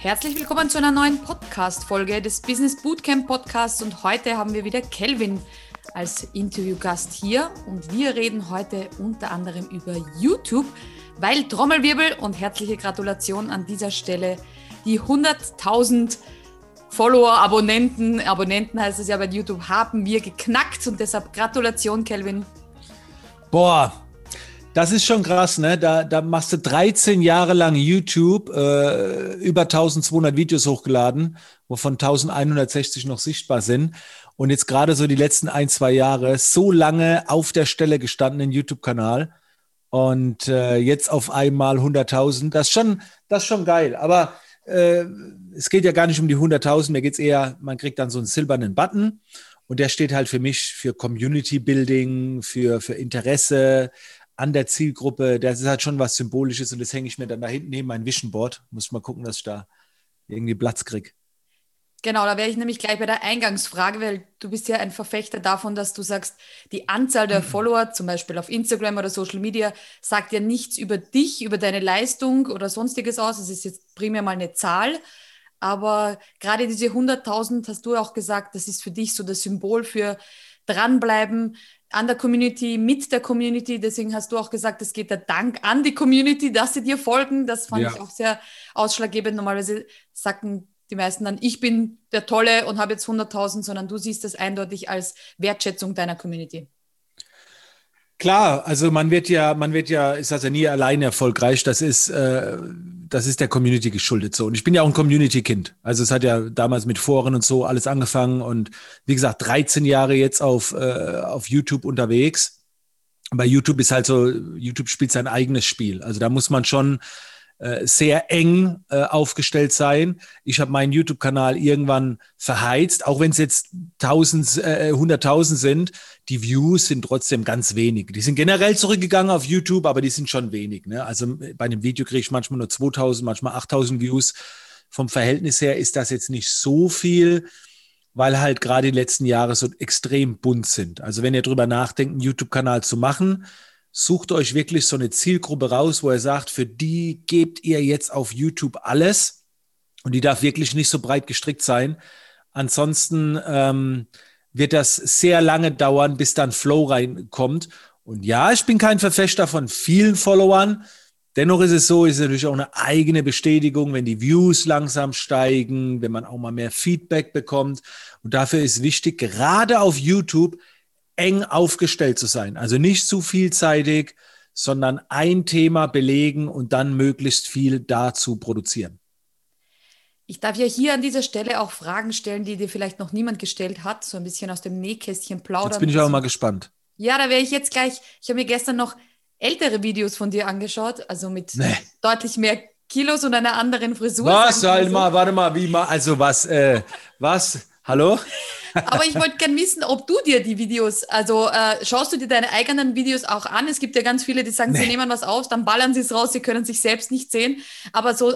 Herzlich willkommen zu einer neuen Podcast-Folge des Business Bootcamp Podcasts und heute haben wir wieder Kelvin als Interviewgast hier und wir reden heute unter anderem über YouTube, weil Trommelwirbel und herzliche Gratulation an dieser Stelle die 100.000 Follower, Abonnenten heißt es ja bei YouTube, haben wir geknackt und deshalb Gratulation, Kelvin. Boah, das ist schon krass, ne? Da machst du 13 Jahre lang YouTube, über 1200 Videos hochgeladen, wovon 1160 noch sichtbar sind. Und jetzt gerade so die letzten 1-2 Jahre so lange auf der Stelle gestanden im YouTube-Kanal. Und jetzt auf einmal 100.000. Das ist schon geil. Aber es geht ja gar nicht um die 100.000. Mir geht es eher, man kriegt dann so einen silbernen Button. Und der steht halt für mich für Community Building, für Interesse an der Zielgruppe. Das ist halt schon was Symbolisches und das hänge ich mir dann da hinten neben mein Vision Board. Muss ich mal gucken, dass ich da irgendwie Platz kriege. Genau, da wäre ich nämlich gleich bei der Eingangsfrage, weil du bist ja ein Verfechter davon, dass du sagst, die Anzahl der Follower, zum Beispiel auf Instagram oder Social Media, sagt ja nichts über dich, über deine Leistung oder Sonstiges aus. Es ist jetzt primär mal eine Zahl. Aber gerade diese 100.000, hast du auch gesagt, das ist für dich so das Symbol für dranbleiben an der Community, mit der Community. Deswegen hast du auch gesagt, es geht der Dank an die Community, dass sie dir folgen. Das fand ich auch sehr ausschlaggebend. Normalerweise sagen die meisten dann, ich bin der Tolle und habe jetzt 100.000, sondern du siehst das eindeutig als Wertschätzung deiner Community. Klar, also man wird ja, ist also nie alleine erfolgreich. Das ist der Community geschuldet so. Und ich bin ja auch ein Community-Kind. Also es hat ja damals mit Foren und so alles angefangen und wie gesagt 13 Jahre jetzt auf YouTube unterwegs. Bei YouTube ist halt so, YouTube spielt sein eigenes Spiel. Also da muss man schon sehr eng aufgestellt sein. Ich habe meinen YouTube-Kanal irgendwann verheizt, auch wenn es jetzt 100.000 sind. Die Views sind trotzdem ganz wenig. Die sind generell zurückgegangen auf YouTube, aber die sind schon wenig. Ne? Also bei einem Video kriege ich manchmal nur 2.000, manchmal 8.000 Views. Vom Verhältnis her ist das jetzt nicht so viel, weil halt gerade die letzten Jahre so extrem bunt sind. Also wenn ihr drüber nachdenkt, einen YouTube-Kanal zu machen, sucht euch wirklich so eine Zielgruppe raus, wo ihr sagt, für die gebt ihr jetzt auf YouTube alles und die darf wirklich nicht so breit gestrickt sein. Ansonsten wird das sehr lange dauern, bis dann Flow reinkommt. Und ja, ich bin kein Verfechter von vielen Followern. Dennoch ist es so, ist natürlich auch eine eigene Bestätigung, wenn die Views langsam steigen, wenn man auch mal mehr Feedback bekommt. Und dafür ist wichtig, gerade auf YouTube, eng aufgestellt zu sein. Also nicht zu vielseitig, sondern ein Thema belegen und dann möglichst viel dazu produzieren. Ich darf ja hier an dieser Stelle auch Fragen stellen, die dir vielleicht noch niemand gestellt hat, so ein bisschen aus dem Nähkästchen plaudern. Jetzt bin ich auch mal gespannt. Ja, da wäre ich jetzt gleich, ich habe mir gestern noch ältere Videos von dir angeschaut, also mit deutlich mehr Kilos und einer anderen Frisur. Was? Warte mal, wie mal, also was, hallo? Aber ich wollte gerne wissen, ob du dir die Videos, also schaust du dir deine eigenen Videos auch an? Es gibt ja ganz viele, die sagen, sie nehmen was auf, dann ballern sie es raus, sie können sich selbst nicht sehen. Aber so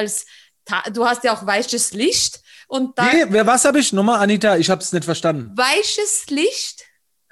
du hast ja auch weißes Licht. Und da Was habe ich? Nochmal, Anita, ich habe es nicht verstanden. Weißes Licht?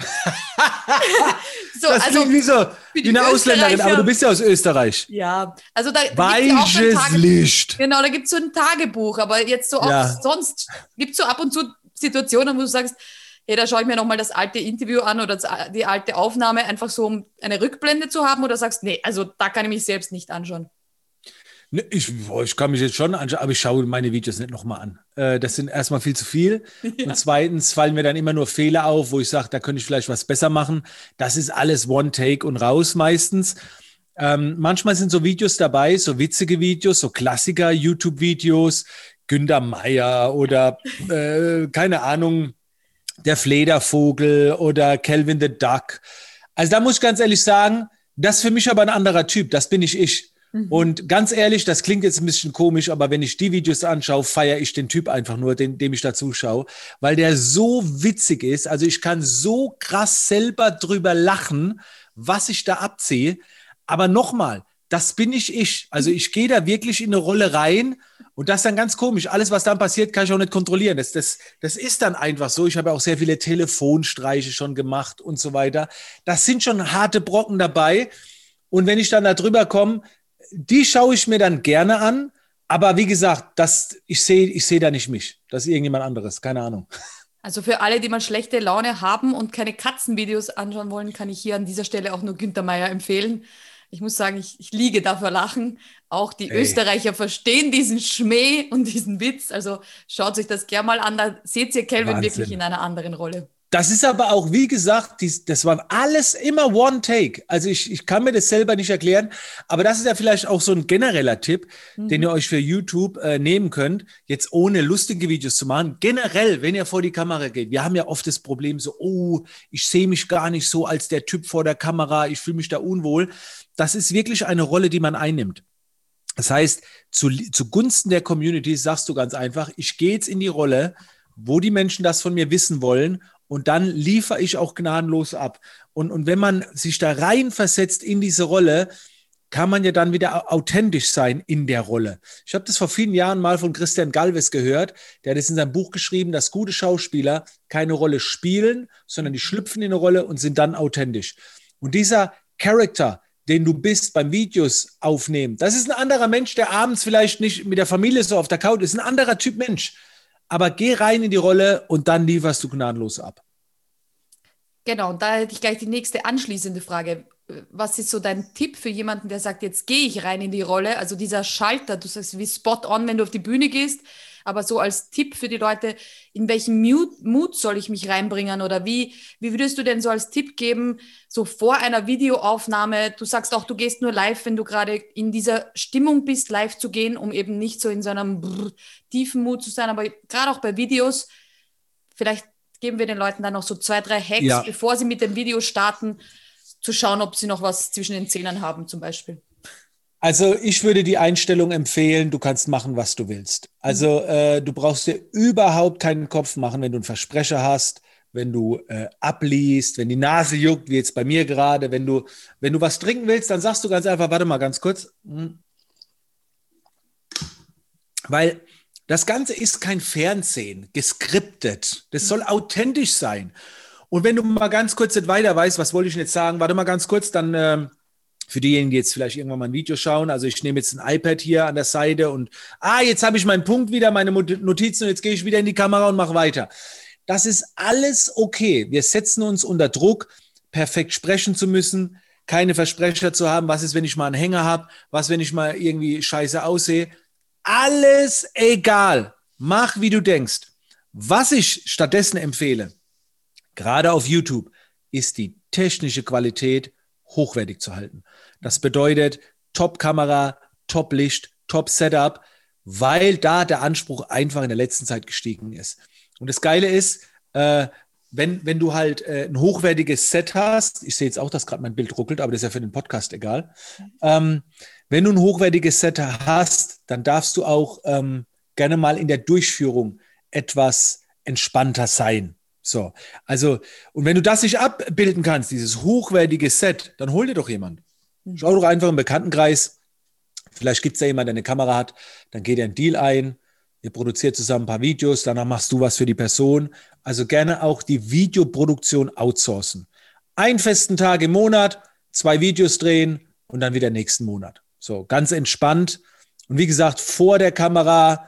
Das klingt wie eine Ausländerin, aber du bist ja aus Österreich. Ja, also da weißes Licht. Genau, da gibt es so ein Tagebuch, aber jetzt so auch sonst gibt es so ab und zu Situationen, wo du sagst, hey, da schaue ich mir nochmal das alte Interview an oder die alte Aufnahme, einfach so, um eine Rückblende zu haben, oder sagst, nee, also da kann ich mich selbst nicht anschauen. Ne, ich kann mich jetzt schon anschauen, aber ich schaue meine Videos nicht nochmal an. Das sind erstmal viel zu viel. Ja. Und zweitens fallen mir dann immer nur Fehler auf, wo ich sage, da könnte ich vielleicht was besser machen. Das ist alles One-Take und raus meistens. Manchmal sind so Videos dabei, so witzige Videos, so Klassiker-YouTube-Videos, Günter Meier oder keine Ahnung, der Fledervogel oder Calvin the Duck. Also da muss ich ganz ehrlich sagen, das ist für mich aber ein anderer Typ, das bin ich. Und ganz ehrlich, das klingt jetzt ein bisschen komisch, aber wenn ich die Videos anschaue, feiere ich den Typ einfach nur, dem ich da zuschaue, weil der so witzig ist. Also ich kann so krass selber drüber lachen, was ich da abziehe. Aber nochmal, das bin ich. Also ich gehe da wirklich in eine Rolle rein und das ist dann ganz komisch. Alles, was dann passiert, kann ich auch nicht kontrollieren. Das ist dann einfach so. Ich habe auch sehr viele Telefonstreiche schon gemacht und so weiter. Das sind schon harte Brocken dabei. Und wenn ich dann da drüber komme, die schaue ich mir dann gerne an Aber wie gesagt, ich seh da nicht mich. Das ist irgendjemand anderes, keine Ahnung. Also für alle, die mal schlechte Laune haben und keine Katzenvideos anschauen wollen, kann ich hier an dieser Stelle auch nur Günther Meier empfehlen. Ich muss sagen, ich liege da vor Lachen. Auch die Ey, Österreicher verstehen diesen Schmäh und diesen Witz. Also schaut euch das gerne mal an. Da seht ihr Kelvin wirklich in Wahnsinn. einer anderen Rolle. Das ist aber auch, wie gesagt, das war alles immer One Take. Also ich kann mir das selber nicht erklären, aber das ist ja vielleicht auch so ein genereller Tipp, den ihr Mhm. euch für YouTube nehmen könnt, jetzt ohne lustige Videos zu machen. Generell, wenn ihr vor die Kamera geht, wir haben ja oft das Problem so, oh, ich sehe mich gar nicht so als der Typ vor der Kamera, ich fühle mich da unwohl. Das ist wirklich eine Rolle, die man einnimmt. Das heißt, zugunsten der Community sagst du ganz einfach, ich gehe jetzt in die Rolle, wo die Menschen das von mir wissen wollen und dann liefere ich auch gnadenlos ab. Und wenn man sich da reinversetzt in diese Rolle, kann man ja dann wieder authentisch sein in der Rolle. Ich habe das vor vielen Jahren mal von Christian Galvez gehört, der hat das in seinem Buch geschrieben, dass gute Schauspieler keine Rolle spielen, sondern die schlüpfen in eine Rolle und sind dann authentisch. Und dieser Charakter, den du bist beim Videos aufnehmen, das ist ein anderer Mensch, der abends vielleicht nicht mit der Familie so auf der Couch ist, ein anderer Typ Mensch. Aber geh rein in die Rolle und dann lieferst du gnadenlos ab. Genau, und da hätte ich gleich die nächste anschließende Frage. Was ist so dein Tipp für jemanden, der sagt, jetzt gehe ich rein in die Rolle? Also dieser Schalter, du sagst wie spot on, wenn du auf die Bühne gehst, aber so als Tipp für die Leute, in welchen Mut soll ich mich reinbringen oder wie würdest du denn so als Tipp geben, so vor einer Videoaufnahme, du sagst auch, du gehst nur live, wenn du gerade in dieser Stimmung bist, live zu gehen, um eben nicht so in so einem tiefen Mut zu sein, aber gerade auch bei Videos, vielleicht geben wir den Leuten dann noch so 2, 3 Hacks, Ja, bevor sie mit dem Video starten, zu schauen, ob sie noch was zwischen den Zähnen haben, zum Beispiel. also ich würde die Einstellung empfehlen, du kannst machen, was du willst. Mhm. Also du brauchst dir überhaupt keinen Kopf machen, wenn du einen Versprecher hast, wenn du abliest, wenn die Nase juckt, wie jetzt bei mir gerade, wenn du was trinken willst, dann sagst du ganz einfach, warte mal ganz kurz, weil das Ganze ist kein Fernsehen, geskriptet. Das soll authentisch sein. Und wenn du mal ganz kurz nicht weiter weißt, was wollte ich denn jetzt sagen, warte mal ganz kurz, dann für diejenigen, die jetzt vielleicht irgendwann mal ein Video schauen, also ich nehme jetzt ein iPad hier an der Seite und jetzt habe ich meinen Punkt wieder, meine Notizen und jetzt gehe ich wieder in die Kamera und mache weiter. Das ist alles okay. Wir setzen uns unter Druck, perfekt sprechen zu müssen, keine Versprecher zu haben. Was ist, wenn ich mal einen Hänger habe? Was, wenn ich mal irgendwie scheiße aussehe? Alles egal. Mach, wie du denkst. Was ich stattdessen empfehle, gerade auf YouTube, ist die technische Qualität hochwertig zu halten. Das bedeutet Top-Kamera, Top-Licht, Top-Setup, weil da der Anspruch einfach in der letzten Zeit gestiegen ist. Und das Geile ist, wenn du halt ein hochwertiges Set hast, ich sehe jetzt auch, dass gerade mein Bild ruckelt, aber das ist ja für den Podcast egal. Wenn du ein hochwertiges Set hast, dann darfst du auch gerne mal in der Durchführung etwas entspannter sein. So, also, und wenn du das nicht abbilden kannst, dieses hochwertige Set, dann hol dir doch jemand. Schau doch einfach im Bekanntenkreis. Vielleicht gibt es da jemanden, der eine Kamera hat, dann geht er einen Deal ein, ihr produziert zusammen ein paar Videos, danach machst du was für die Person. Also gerne auch die Videoproduktion outsourcen. Einen festen Tag im Monat, 2 Videos drehen und dann wieder nächsten Monat. So, ganz entspannt. Und wie gesagt, vor der Kamera,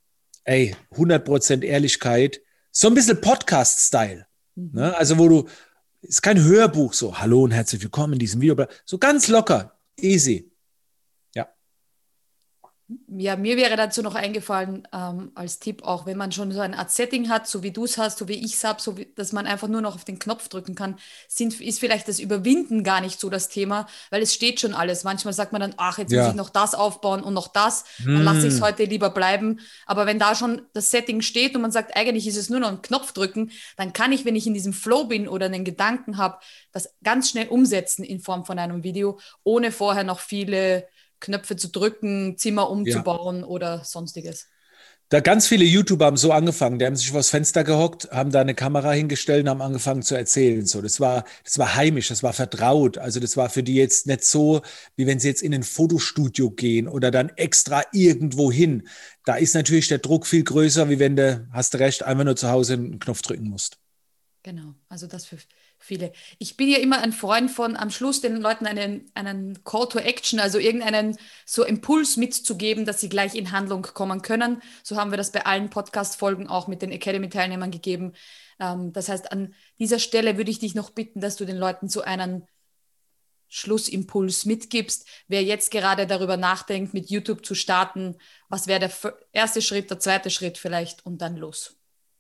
100% Ehrlichkeit. So ein bisschen Podcast-Style. Mhm. Ne? Also, ist kein Hörbuch so, hallo und herzlich willkommen in diesem Video. So ganz locker, easy. Ja. Ja, mir wäre dazu noch eingefallen, als Tipp auch, wenn man schon so eine Art Setting hat, so wie du es hast, so wie ich es habe, dass man einfach nur noch auf den Knopf drücken kann, ist vielleicht das Überwinden gar nicht so das Thema, weil es steht schon alles. Manchmal sagt man dann, ach, jetzt muss ich Ja. noch das aufbauen und noch das, dann lasse ich es Hm. heute lieber bleiben. Aber wenn da schon das Setting steht und man sagt, eigentlich ist es nur noch ein Knopf drücken, dann kann ich, wenn ich in diesem Flow bin oder einen Gedanken habe, das ganz schnell umsetzen in Form von einem Video, ohne vorher noch viele Knöpfe zu drücken, Zimmer Ja. umzubauen oder sonstiges. Da ganz viele YouTuber haben so angefangen, die haben sich vors Fenster gehockt, haben da eine Kamera hingestellt und haben angefangen zu erzählen. So, das war heimisch, das war vertraut. Also das war für die jetzt nicht so, wie wenn sie jetzt in ein Fotostudio gehen oder dann extra irgendwo hin. Da ist natürlich der Druck viel größer, wie wenn du, hast du recht, einfach nur zu Hause einen Knopf drücken musst. Genau, also das Viele. Ich bin ja immer ein Freund von am Schluss den Leuten einen Call to Action, also irgendeinen so Impuls mitzugeben, dass sie gleich in Handlung kommen können. So haben wir das bei allen Podcast-Folgen auch mit den Academy-Teilnehmern gegeben. Das heißt, an dieser Stelle würde ich dich noch bitten, dass du den Leuten so einen Schlussimpuls mitgibst. Wer jetzt gerade darüber nachdenkt, mit YouTube zu starten, was wäre der erste Schritt, der zweite Schritt vielleicht und dann los?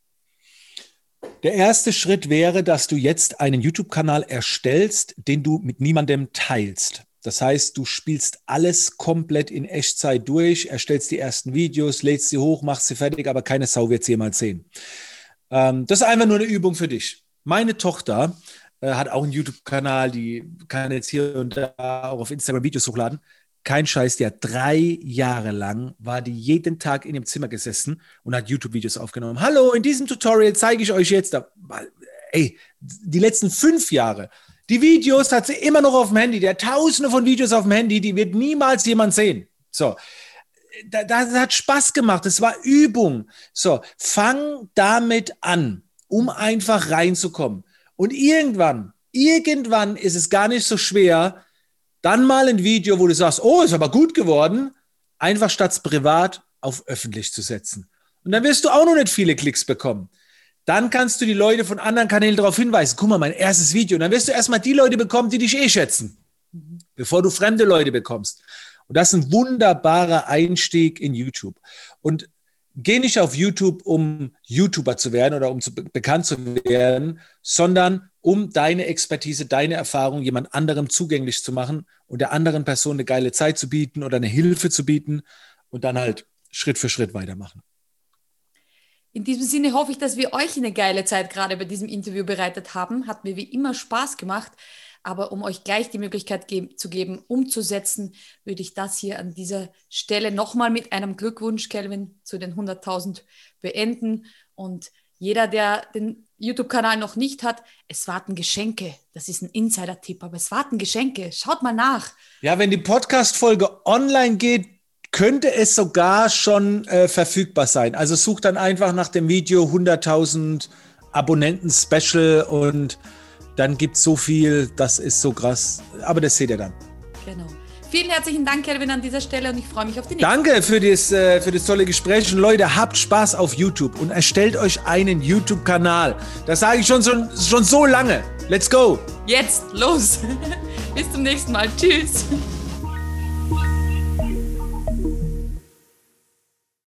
Der erste Schritt wäre, dass du jetzt einen YouTube-Kanal erstellst, den du mit niemandem teilst. Das heißt, du spielst alles komplett in Echtzeit durch, erstellst die ersten Videos, lädst sie hoch, machst sie fertig, aber keine Sau wird sie jemals sehen. Das ist einfach nur eine Übung für dich. Meine Tochter hat auch einen YouTube-Kanal, die kann jetzt hier und da auch auf Instagram Videos hochladen. Kein Scheiß, die hat 3 Jahre lang, war die jeden Tag in ihrem Zimmer gesessen und hat YouTube-Videos aufgenommen. Hallo, in diesem Tutorial zeige ich euch jetzt, die letzten 5 Jahre, die Videos hat sie immer noch auf dem Handy, der hat tausende von Videos auf dem Handy, die wird niemals jemand sehen. So, das hat Spaß gemacht, das war Übung. So, fang damit an, um einfach reinzukommen. Und irgendwann ist es gar nicht so schwer, dann mal ein Video, wo du sagst, oh, ist aber gut geworden, einfach statt privat auf öffentlich zu setzen. Und dann wirst du auch noch nicht viele Klicks bekommen. Dann kannst du die Leute von anderen Kanälen darauf hinweisen, guck mal, mein erstes Video. Und dann wirst du erstmal die Leute bekommen, die dich schätzen, bevor du fremde Leute bekommst. Und das ist ein wunderbarer Einstieg in YouTube. Und geh nicht auf YouTube, um YouTuber zu werden oder um bekannt zu werden, sondern um deine Expertise, deine Erfahrung jemand anderem zugänglich zu machen und der anderen Person eine geile Zeit zu bieten oder eine Hilfe zu bieten und dann halt Schritt für Schritt weitermachen. In diesem Sinne hoffe ich, dass wir euch eine geile Zeit gerade bei diesem Interview bereitet haben. Hat mir wie immer Spaß gemacht. Aber um euch gleich die Möglichkeit zu geben, umzusetzen, würde ich das hier an dieser Stelle nochmal mit einem Glückwunsch, Kelvin, zu den 100.000 beenden. Und jeder, der den YouTube-Kanal noch nicht hat, es warten Geschenke. Das ist ein Insider-Tipp, aber es warten Geschenke. Schaut mal nach. Ja, wenn die Podcast-Folge online geht, könnte es sogar schon verfügbar sein. Also sucht dann einfach nach dem Video 100.000 Abonnenten-Special und dann gibt es so viel, das ist so krass. Aber das seht ihr dann. Genau. Vielen herzlichen Dank, Kelvin, an dieser Stelle und ich freue mich auf die nächste. Danke für das tolle Gespräch. Und Leute, habt Spaß auf YouTube und erstellt euch einen YouTube-Kanal. Das sage ich schon so lange. Let's go. Jetzt, los. Bis zum nächsten Mal. Tschüss.